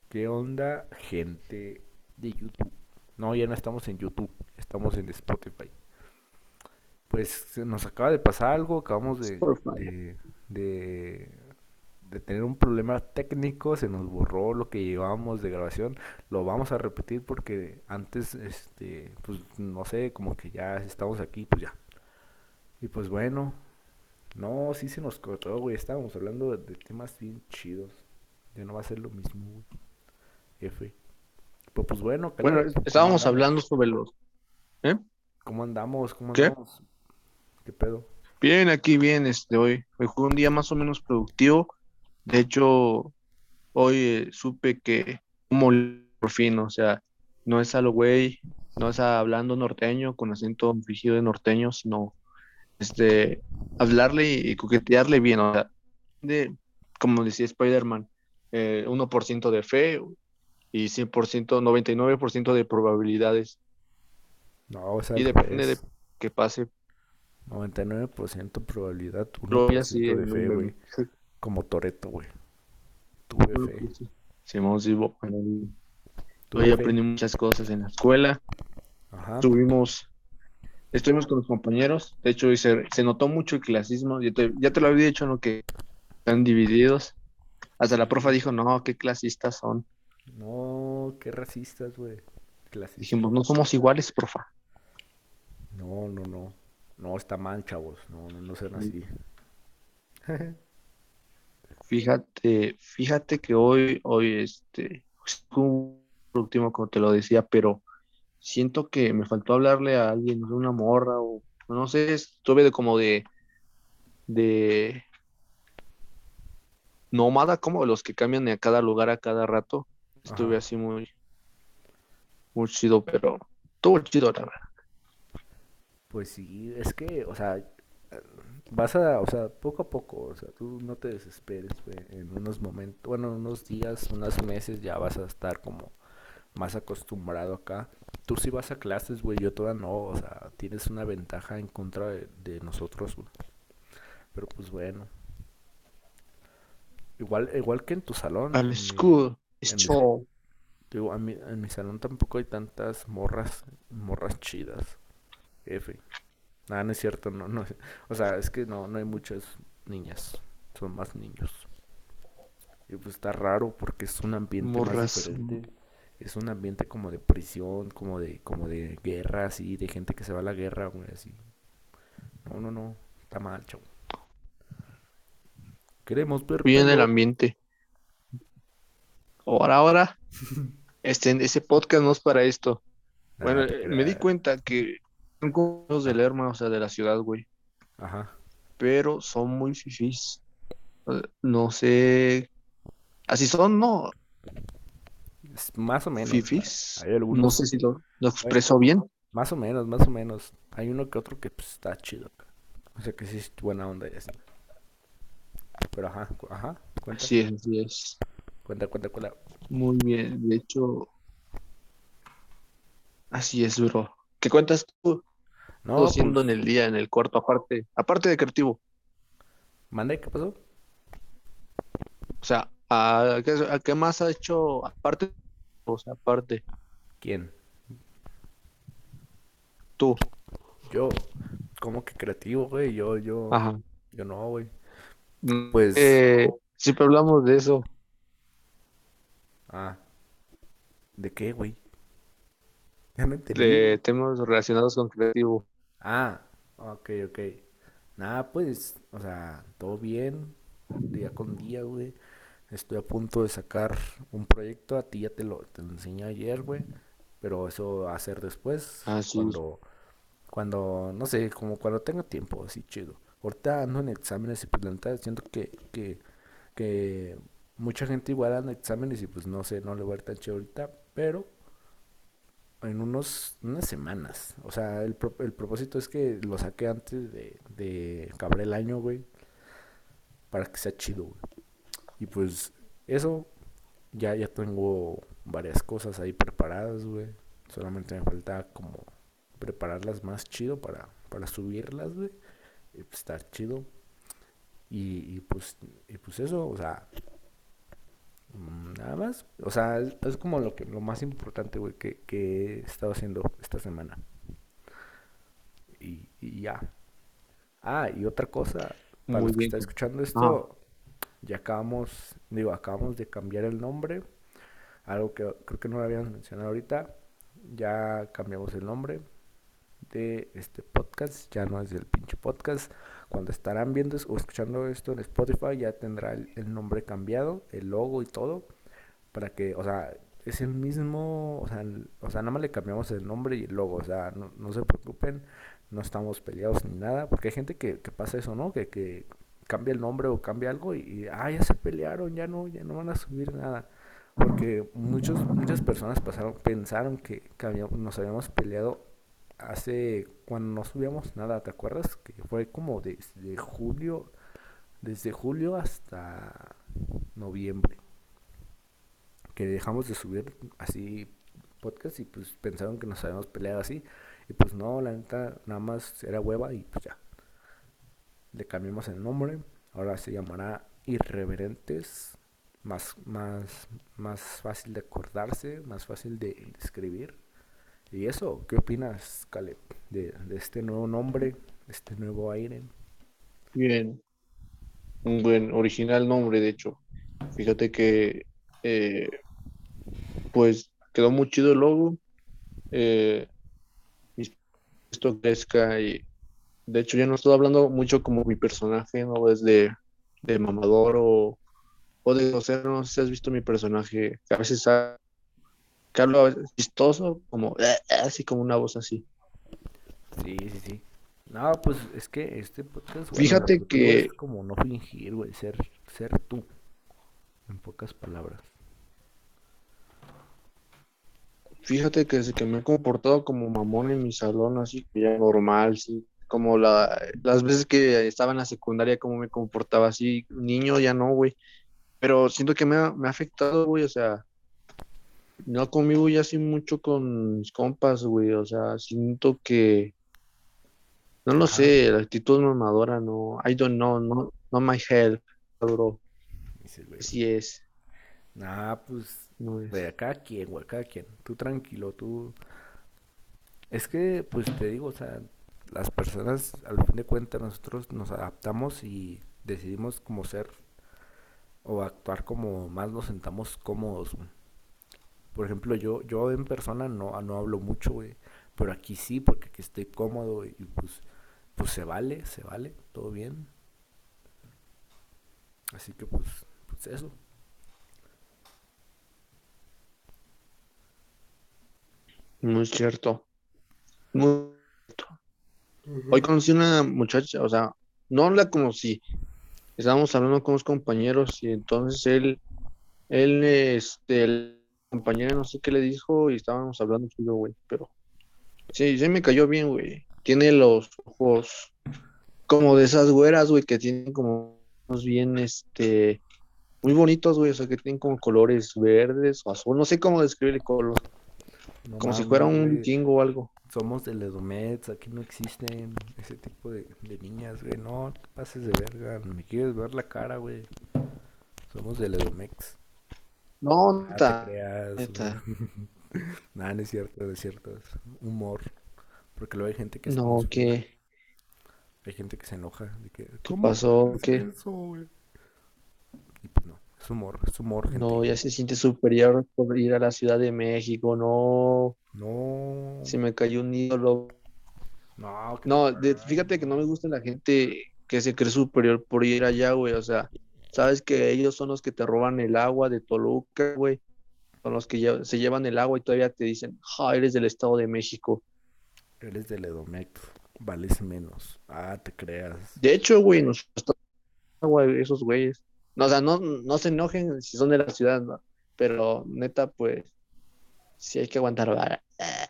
¿Qué onda, gente de YouTube? No, ya no estamos en YouTube, estamos en Spotify. Pues se nos acaba de pasar algo, acabamos Spotify. de, de tener un problema técnico, se nos borró lo que llevábamos de grabación. Lo vamos a repetir porque antes, pues no sé, como que ya estamos aquí, pues ya. Y pues bueno, no, sí se nos cortó, güey, estábamos hablando de temas bien chidos. Ya no va a ser lo mismo, güey. F. Pues bueno, Bueno, carnal, ¿cómo estábamos hablando andamos? sobre los... ¿Eh? ¿Cómo andamos? ¿Cómo ¿Qué? andamos? ¿Qué pedo? Bien, aquí bien, hoy fue un día más o menos productivo. De hecho, hoy supe que por fin, o sea, no es a lo güey, no es hablando norteño con acento fingido de norteño, sino hablarle y coquetearle bien, o sea, de, como decía Spider-Man, 1% de fe y 100%, 99% de probabilidades. No, es al Y depende de revés. que pase. 99% probabilidad, uno Lo vi por así ciento de en un fe, meme. güey. Como Toreto, güey. Tuve Bueno, fe. pues sí. Simón, sí, bueno, hoy Tuve fe. aprendí muchas cosas en la escuela. Ajá. Tuvimos, estuvimos con los compañeros. De hecho, hoy se notó mucho el clasismo. Ya te lo había dicho, ¿no? Que están divididos. Hasta la profa Sí. dijo, no, qué clasistas son. No, qué racistas, güey. Dijimos, Clasistas. no somos iguales, profa. No, no, no. No, está mal, chavos. No, no, no sean así. Fíjate que hoy fue un último, como te lo decía, pero siento que me faltó hablarle a alguien, no sé, una morra o no sé, estuve de nómada, como los que cambian de a cada lugar a cada rato. Estuve Ajá. así muy, muy chido, pero estuvo chido, la verdad. Pues sí, es que, o sea, o sea, poco a poco, o sea, tú no te desesperes, güey. En unos momentos, bueno, en unos días, unos meses ya vas a estar como más acostumbrado acá. Tú sí vas a clases, güey, yo todavía no, o sea, tienes una ventaja en contra de nosotros, güey. Pero pues bueno, igual que en tu salón, Al school, es en mi, chill. digo, en mi salón tampoco hay tantas morras chidas, F. Nada, no es cierto, no, no, o sea, es que no hay muchas niñas, son más niños. Y pues está raro porque es un ambiente más Morras. diferente. Es un ambiente como de prisión, como de guerra, así, de gente que se va a la guerra, güey, así. No, no, no, está mal, chavo. Queremos ver Bien el pelo. ambiente. Ahora, ese podcast no es para esto. Bueno, Nada, te me di creas. cuenta que son como los de Ah, Lerma, o sea, de la ciudad, güey, ajá. pero son muy fifís. No sé, así son, ¿no? Más o menos. Fifís. Hay No algunos. sé si lo hay- expreso bien. Más o menos, más o menos. Hay uno que otro que pues, está chido. O sea que sí es buena onda y así. Pero ajá, ajá. Cuenta, Así es, así es. cuenta, cuenta, cuenta. Muy bien. De hecho, así es, bro. ¿Qué cuentas tú No, haciendo en pues. el día, en el cuarto, aparte de creativo? ¿Mande? ¿Qué pasó? O sea, ¿a qué más has hecho aparte? O sea, aparte, ¿Quién? tú. Yo. ¿Cómo que creativo, güey? Ajá. Yo no, güey. Mm, Pues. siempre hablamos de eso, Ah, ¿de qué, güey? Ya no entendí, güey. de temas relacionados con creativo. Ah, ok, ok. Nada, pues, o sea, todo bien, día con día, güey. Estoy a punto de sacar un proyecto, a ti ya te lo enseñé ayer, güey. Pero eso va a ser después, Ah, sí. cuando, no sé, como cuando tenga tiempo, así chido. Ahorita ando en exámenes y pues la neta siento que mucha gente igual anda en exámenes y pues no sé, no le va a ir tan chido ahorita, pero en unas semanas. O sea, el propósito es que lo saque antes de acabar el año, güey, para que sea chido, güey. Y pues eso, ya tengo varias cosas ahí preparadas, güey. Solamente me falta como prepararlas más chido para subirlas, güey. Y pues estar chido. Y, y pues, y pues eso, o sea, Nada más. O sea, es como lo más importante, güey, que he estado haciendo esta semana. Y ya. Ah, y otra cosa, para Muy los que bien. están escuchando Ah, esto, ya acabamos de cambiar el nombre. Algo que creo que no lo habíamos mencionado ahorita. Ya cambiamos el nombre de este podcast. Ya no es del pinche podcast. Cuando estarán viendo o escuchando esto en Spotify, ya tendrá el nombre cambiado, el logo y todo. Para que, o sea, es el mismo, o sea, nada más le cambiamos el nombre y el logo, o sea, no se preocupen, no estamos peleados ni nada, porque hay gente que pasa eso, ¿no? Que cambia el nombre o cambia algo ya se pelearon, ya no van a subir nada. Porque muchas personas pensaron que nos habíamos peleado hace, cuando no subíamos nada, ¿te acuerdas? Que fue como desde julio hasta noviembre que dejamos de subir así podcast y pues pensaron que nos habíamos peleado así. Y pues no, la neta, nada más era hueva y pues ya. Le cambiamos el nombre. Ahora se llamará Irreverentes. Más fácil de acordarse, más fácil de escribir. ¿Y eso? ¿Qué opinas, Caleb? De este nuevo nombre, de este nuevo aire. bien. Un buen original nombre, de hecho. Fíjate que eh, pues quedó muy chido el logo. Eh, y esto crezca y de hecho ya no estoy hablando mucho como mi personaje, ¿no? Es de mamador o de grosero, no sé si has visto mi personaje, que a veces que hablo a veces chistoso, como así como una voz así. Sí, sí, sí. No, pues es que este podcast, bueno, el Fíjate objetivo es que, como no fingir, güey, ser tú, en pocas palabras. fíjate que desde que me he comportado como mamón en mi salón, así que ya normal, sí, como las veces que estaba en la secundaria, como me comportaba así, niño ya no, güey, pero siento que me ha afectado, güey, o sea, no conmigo ya así mucho con mis compas, güey, o sea, siento que, no lo Ajá, sé, la actitud mamadora, no, I don't know, no my head, bro, dice, güey. así es, Nah, pues, no es. de cada quien, güey, cada quien. Tú tranquilo, tú. Es que, pues te digo, o sea, las personas, al fin de cuentas, nosotros nos adaptamos y decidimos como ser o actuar como más nos sentamos cómodos, güey. Por ejemplo, yo en persona no hablo mucho, güey. Pero aquí sí, porque aquí estoy cómodo y pues se vale, todo bien. Así que pues eso. Muy cierto. Muy Hoy conocí una muchacha, o sea, no la conocí, estábamos hablando con unos compañeros y entonces el compañero no sé qué le dijo y estábamos hablando tú y yo, güey, pero sí, sí me cayó bien, güey. Tiene los ojos como de esas güeras, güey, que tienen como unos bien, muy bonitos, güey, o sea, que tienen como colores verdes o azul, no sé cómo describir el color, No como si fuera mames, un güey. vikingo o algo. Somos del Edomets, aquí no existen ese tipo de niñas, güey. No te pases de verga, me quieres ver la cara, güey. Somos del Edomex. No, Ah, te neta, creas, güey. neta, Nada, no es cierto, no es cierto. Es humor. Porque luego hay gente que no, censura. Hay gente que se enoja. De que, ¿qué ¿cómo puedes pasó? decir ¿Qué? eso, güey? Y pues no, es humor, gente. No, ya se siente superior por ir a la Ciudad de México. No, No, se me cayó un ídolo. no, ¿qué te No, pasa? fíjate que no me gusta la gente que se cree superior por ir allá, güey. O sea, sabes que ellos son los que te roban el agua de Toluca, güey. Son los que se llevan el agua y todavía te dicen, ja, eres del Estado de México. Eres del Edomex. Vales menos. Ah, te creas. De hecho, güey, nos costó agua esos güeyes. No, o sea, no se enojen si son de la ciudad, ¿no? Pero neta, pues, sí hay que aguantar vara.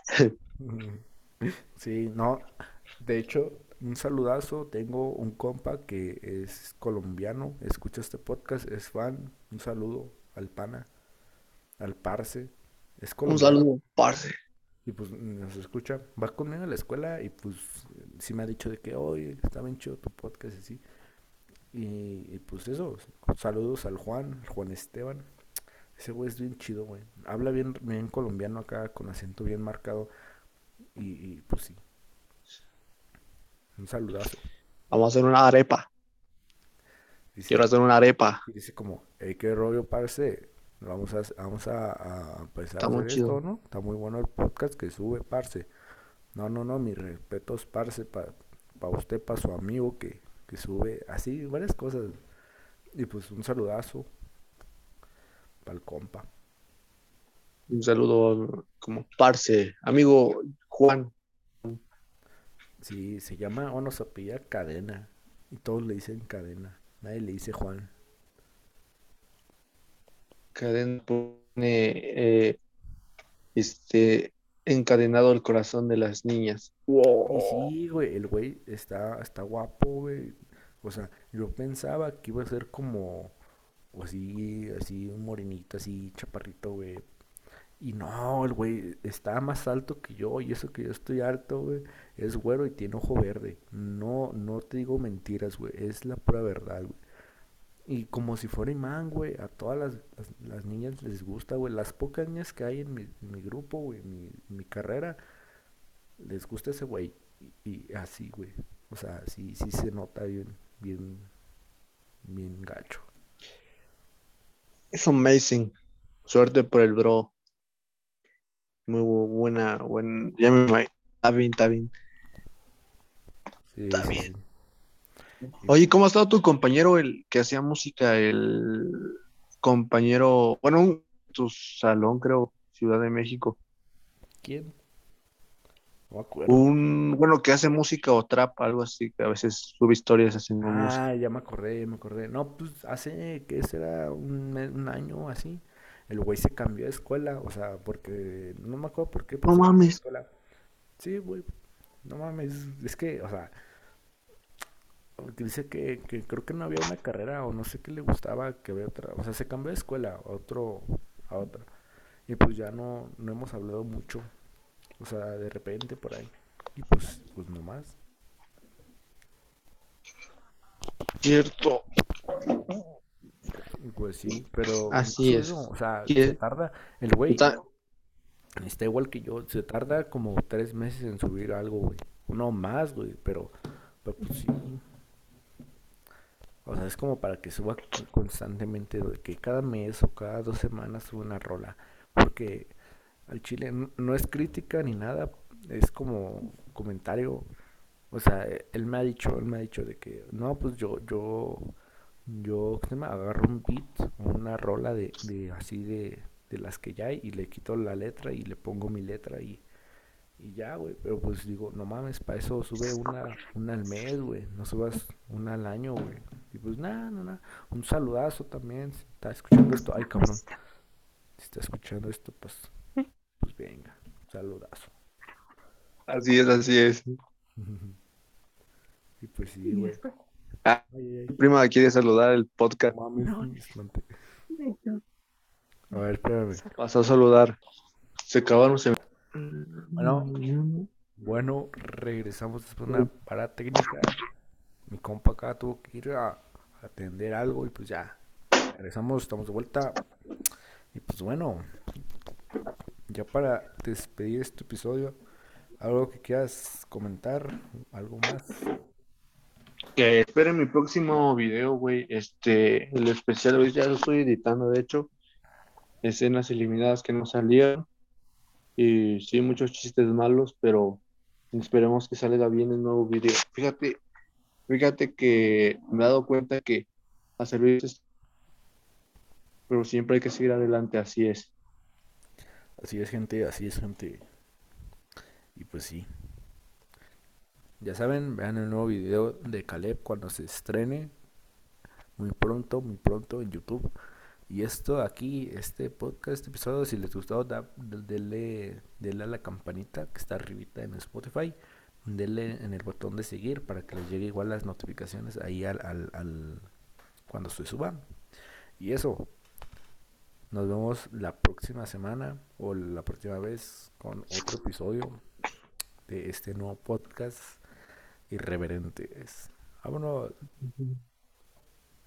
Sí, no. De hecho, un saludazo. Tengo un compa que es colombiano. Escucha este podcast, es fan. Un saludo al pana, al parce. Es Un colombiano. saludo, parce. Y pues nos escucha. Va conmigo a la escuela y pues sí me ha dicho de que hoy está bien chido tu podcast y así. Y pues eso. Saludos al Juan Esteban. Ese güey es bien chido, güey. Habla bien, bien colombiano acá, con acento bien marcado. Y pues sí, un saludazo. Vamos a hacer una arepa. Quiero Dice, hacer una arepa. y dice como, hey, qué rollo, parce. A empezar a Está muy hacer esto, chido. ¿no? Está muy bueno el podcast que sube, parce. No, no, no, mis respetos, parce, para usted, para su amigo que sube así, varias cosas. Y pues un saludazo para el compa. Un saludo como parce, amigo Juan. Sí, se llama, o nos apellida Cadena. Y todos le dicen Cadena. Nadie le dice Juan. Cadena pone este encadenado el corazón de las niñas. Y Wow. sí, güey, el güey está guapo, güey. O sea, yo pensaba que iba a ser como, o así, un morenito, así, chaparrito, güey. Y no, el güey está más alto que yo, y eso que yo estoy alto, güey. Es güero y tiene ojo verde. No, no te digo mentiras, güey. Es la pura verdad, güey. Y como si fuera imán, güey, a todas las niñas les gusta, güey. Las pocas niñas que hay en mi grupo, güey, en mi carrera, les gusta ese güey. Y así, güey. O sea, sí, sí se nota bien, bien, bien gacho. Es amazing. Suerte por el bro. Muy buena, ya me imagino. Está bien, está bien. Sí, Está sí, bien. sí. Y Oye, ¿cómo ha estado tu compañero, el que hacía música, el compañero, bueno, tu salón, creo, Ciudad de México? ¿quién? No me acuerdo. Un, bueno, que hace música o trap, algo así, que a veces sube historias haciendo música. Ah, ya me acordé, ya me acordé. No, pues hace, ¿qué será? Un año así. El güey se cambió de escuela, o sea, porque, no me acuerdo por qué, pero No se cambió de mames. escuela. Sí, güey, no mames, es que, o sea, porque dice que creo que no había una carrera o no sé qué le gustaba, que había otra, o sea, se cambió de escuela a otra. Y pues ya no hemos hablado mucho, o sea, de repente por ahí. Y pues nomás. Cierto. Y pues sí, pero no ha Así subido, es. o sea, se Que- tarda, el güey ta- está igual que yo, se tarda como 3 meses en subir algo, güey. No más, güey, pero pues sí. O sea, es como para que suba constantemente, de que cada mes o cada 2 semanas suba una rola. Porque al chile no es crítica ni nada, es como comentario. O sea, él me ha dicho de que, no, pues yo ¿qué se llama? Agarro un beat, una rola de así de las que ya hay y le quito la letra y le pongo mi letra y ya, güey. Pero pues digo, no mames, para eso sube una al mes, güey. No subas una al año, güey. Y pues nada, nada, nada. Un saludazo también. Si está escuchando esto, ay cabrón. Si está escuchando esto, pues venga. Saludazo. Así es, así es. Y pues sí, güey. Ah, Ay, ay, mi ay. prima quiere saludar el No podcast. mames, me espanté. A ver, espérame. Pasó a saludar. Se acabaron. Bueno, bueno, regresamos después de una parada técnica. Mi compa acá tuvo que ir a atender algo y pues ya. Regresamos, estamos de vuelta. Y pues bueno, ya para despedir este episodio, algo que quieras comentar, algo más. Que esperen mi próximo video, güey. El especial, hoy ya lo estoy editando, de hecho. Escenas eliminadas que no salieron. Y sí, muchos chistes malos, pero esperemos que salga bien el nuevo video. Fíjate que me he dado cuenta que hacer videos, pero siempre hay que seguir adelante, así es. Así es, gente, así es, gente. Y pues sí, ya saben, vean el nuevo video de Caleb cuando se estrene. Muy pronto en YouTube. Y esto aquí, este podcast, este episodio, si les gustó, denle a la campanita que está arribita en Spotify. Denle en el botón de seguir para que les llegue igual las notificaciones ahí cuando se suba. Y eso, nos vemos la próxima semana o la próxima vez con otro episodio de este nuevo podcast Irreverentes. Vámonos.